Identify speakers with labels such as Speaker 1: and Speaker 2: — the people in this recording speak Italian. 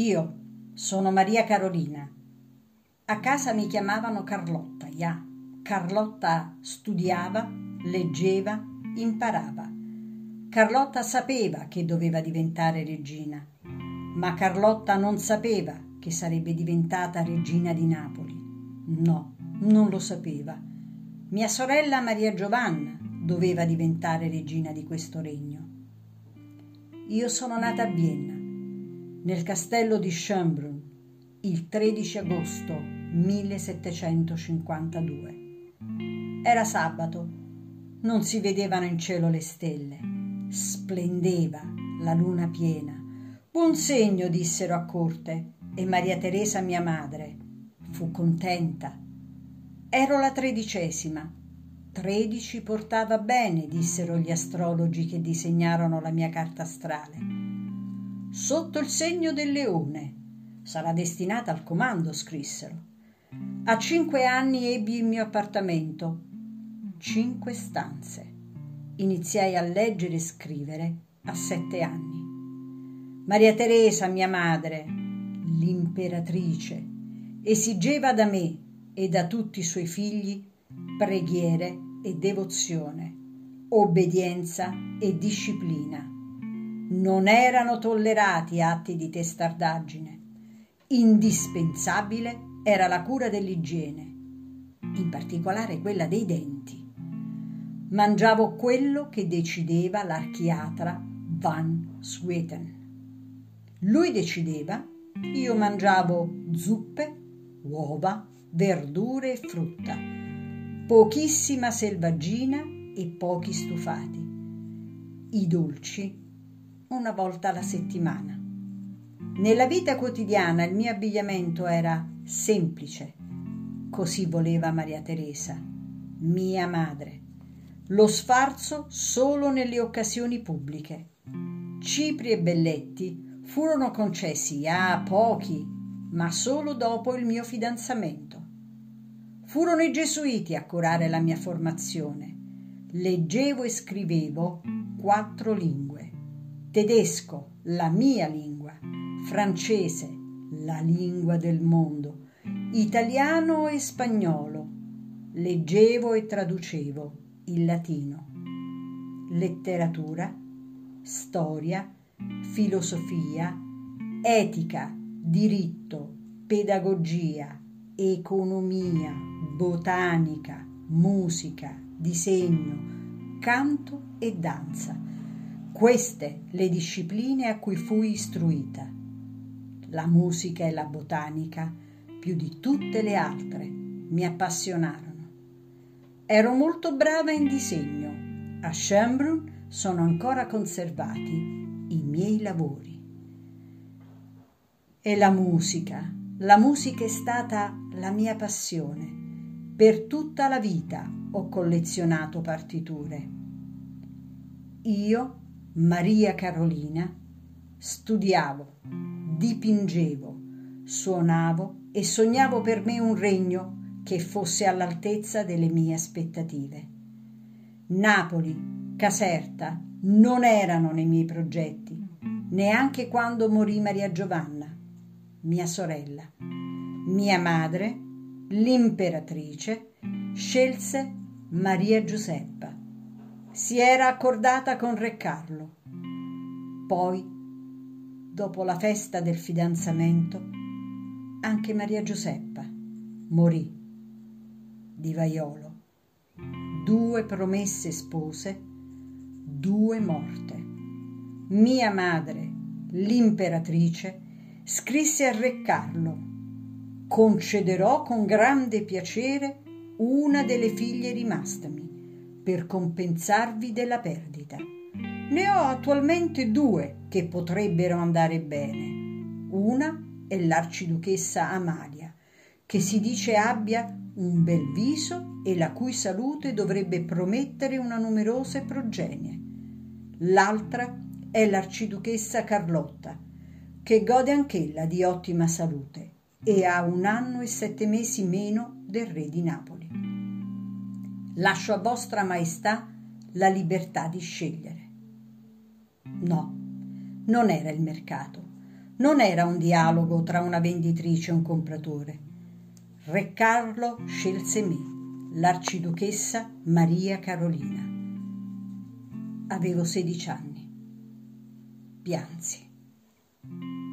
Speaker 1: Io sono Maria Carolina. A casa mi chiamavano Carlotta, ja. Carlotta studiava, leggeva, imparava. Carlotta sapeva che doveva diventare regina, ma Carlotta non sapeva che sarebbe diventata regina di Napoli. No, non lo sapeva. Mia sorella Maria Giovanna doveva diventare regina di questo regno. Io sono nata a Vienna, nel castello di Schönbrunn, il 13 agosto 1752. Era sabato, non si vedevano in cielo le stelle, splendeva la luna piena. Buon segno, dissero a corte, e Maria Teresa, mia madre, fu contenta. Ero la 13ª. 13 portava bene, dissero gli astrologi che disegnarono la mia carta astrale. Sotto il segno del leone. Sarà destinata al comando, scrissero. A 5 anni ebbi il mio appartamento, 5 stanze. Iniziai a leggere e scrivere a 7 anni. Maria Teresa, mia madre, l'imperatrice, esigeva da me e da tutti i suoi figli preghiere e devozione, obbedienza e disciplina. Non erano tollerati atti di testardaggine. Indispensabile era la cura dell'igiene, in particolare quella dei denti. Mangiavo quello che decideva l'archiatra Van Swieten. Lui decideva, io mangiavo zuppe, uova, verdure e frutta, pochissima selvaggina e pochi stufati. I dolci una volta alla settimana. Nella vita quotidiana il mio abbigliamento era semplice, così voleva Maria Teresa, mia madre. Lo sfarzo solo nelle occasioni pubbliche. Cipri e belletti furono concessi a pochi, ma solo dopo il mio fidanzamento. Furono i gesuiti a curare la mia formazione. Leggevo e scrivevo 4 lingue. Tedesco, la mia lingua, francese, la lingua del mondo, italiano e spagnolo. Leggevo e traducevo il latino. Letteratura, storia, filosofia, etica, diritto, pedagogia, economia, botanica, musica, disegno, canto e danza. Queste le discipline a cui fui istruita. La musica e la botanica, più di tutte le altre, mi appassionarono. Ero molto brava in disegno. A Schönbrunn sono ancora conservati i miei lavori. E la musica è stata la mia passione. Per tutta la vita ho collezionato partiture. Io, Maria Carolina, studiavo, dipingevo, suonavo e sognavo per me un regno che fosse all'altezza delle mie aspettative. Napoli, Caserta non erano nei miei progetti, neanche quando morì Maria Giovanna, mia sorella. Mia madre, l'imperatrice, scelse Maria Giuseppa. Si era accordata con Re Carlo. Poi, dopo la festa del fidanzamento, anche Maria Giuseppa morì di vaiolo. 2 promesse spose, 2 morte. Mia madre, l'imperatrice, scrisse a Re Carlo: concederò con grande piacere una delle figlie rimastami per compensarvi della perdita. Ne ho attualmente 2 che potrebbero andare bene. Una è l'arciduchessa Amalia, che si dice abbia un bel viso e la cui salute dovrebbe promettere una numerosa progenie. L'altra è l'arciduchessa Carlotta, che gode anch'ella di ottima salute e ha 1 anno e 7 mesi meno del re di Napoli. Lascio a vostra maestà la libertà di scegliere. No, non era il mercato. non era un dialogo tra una venditrice e un compratore. Re Carlo scelse me, l'arciduchessa Maria Carolina. Avevo 16 anni. Piansi.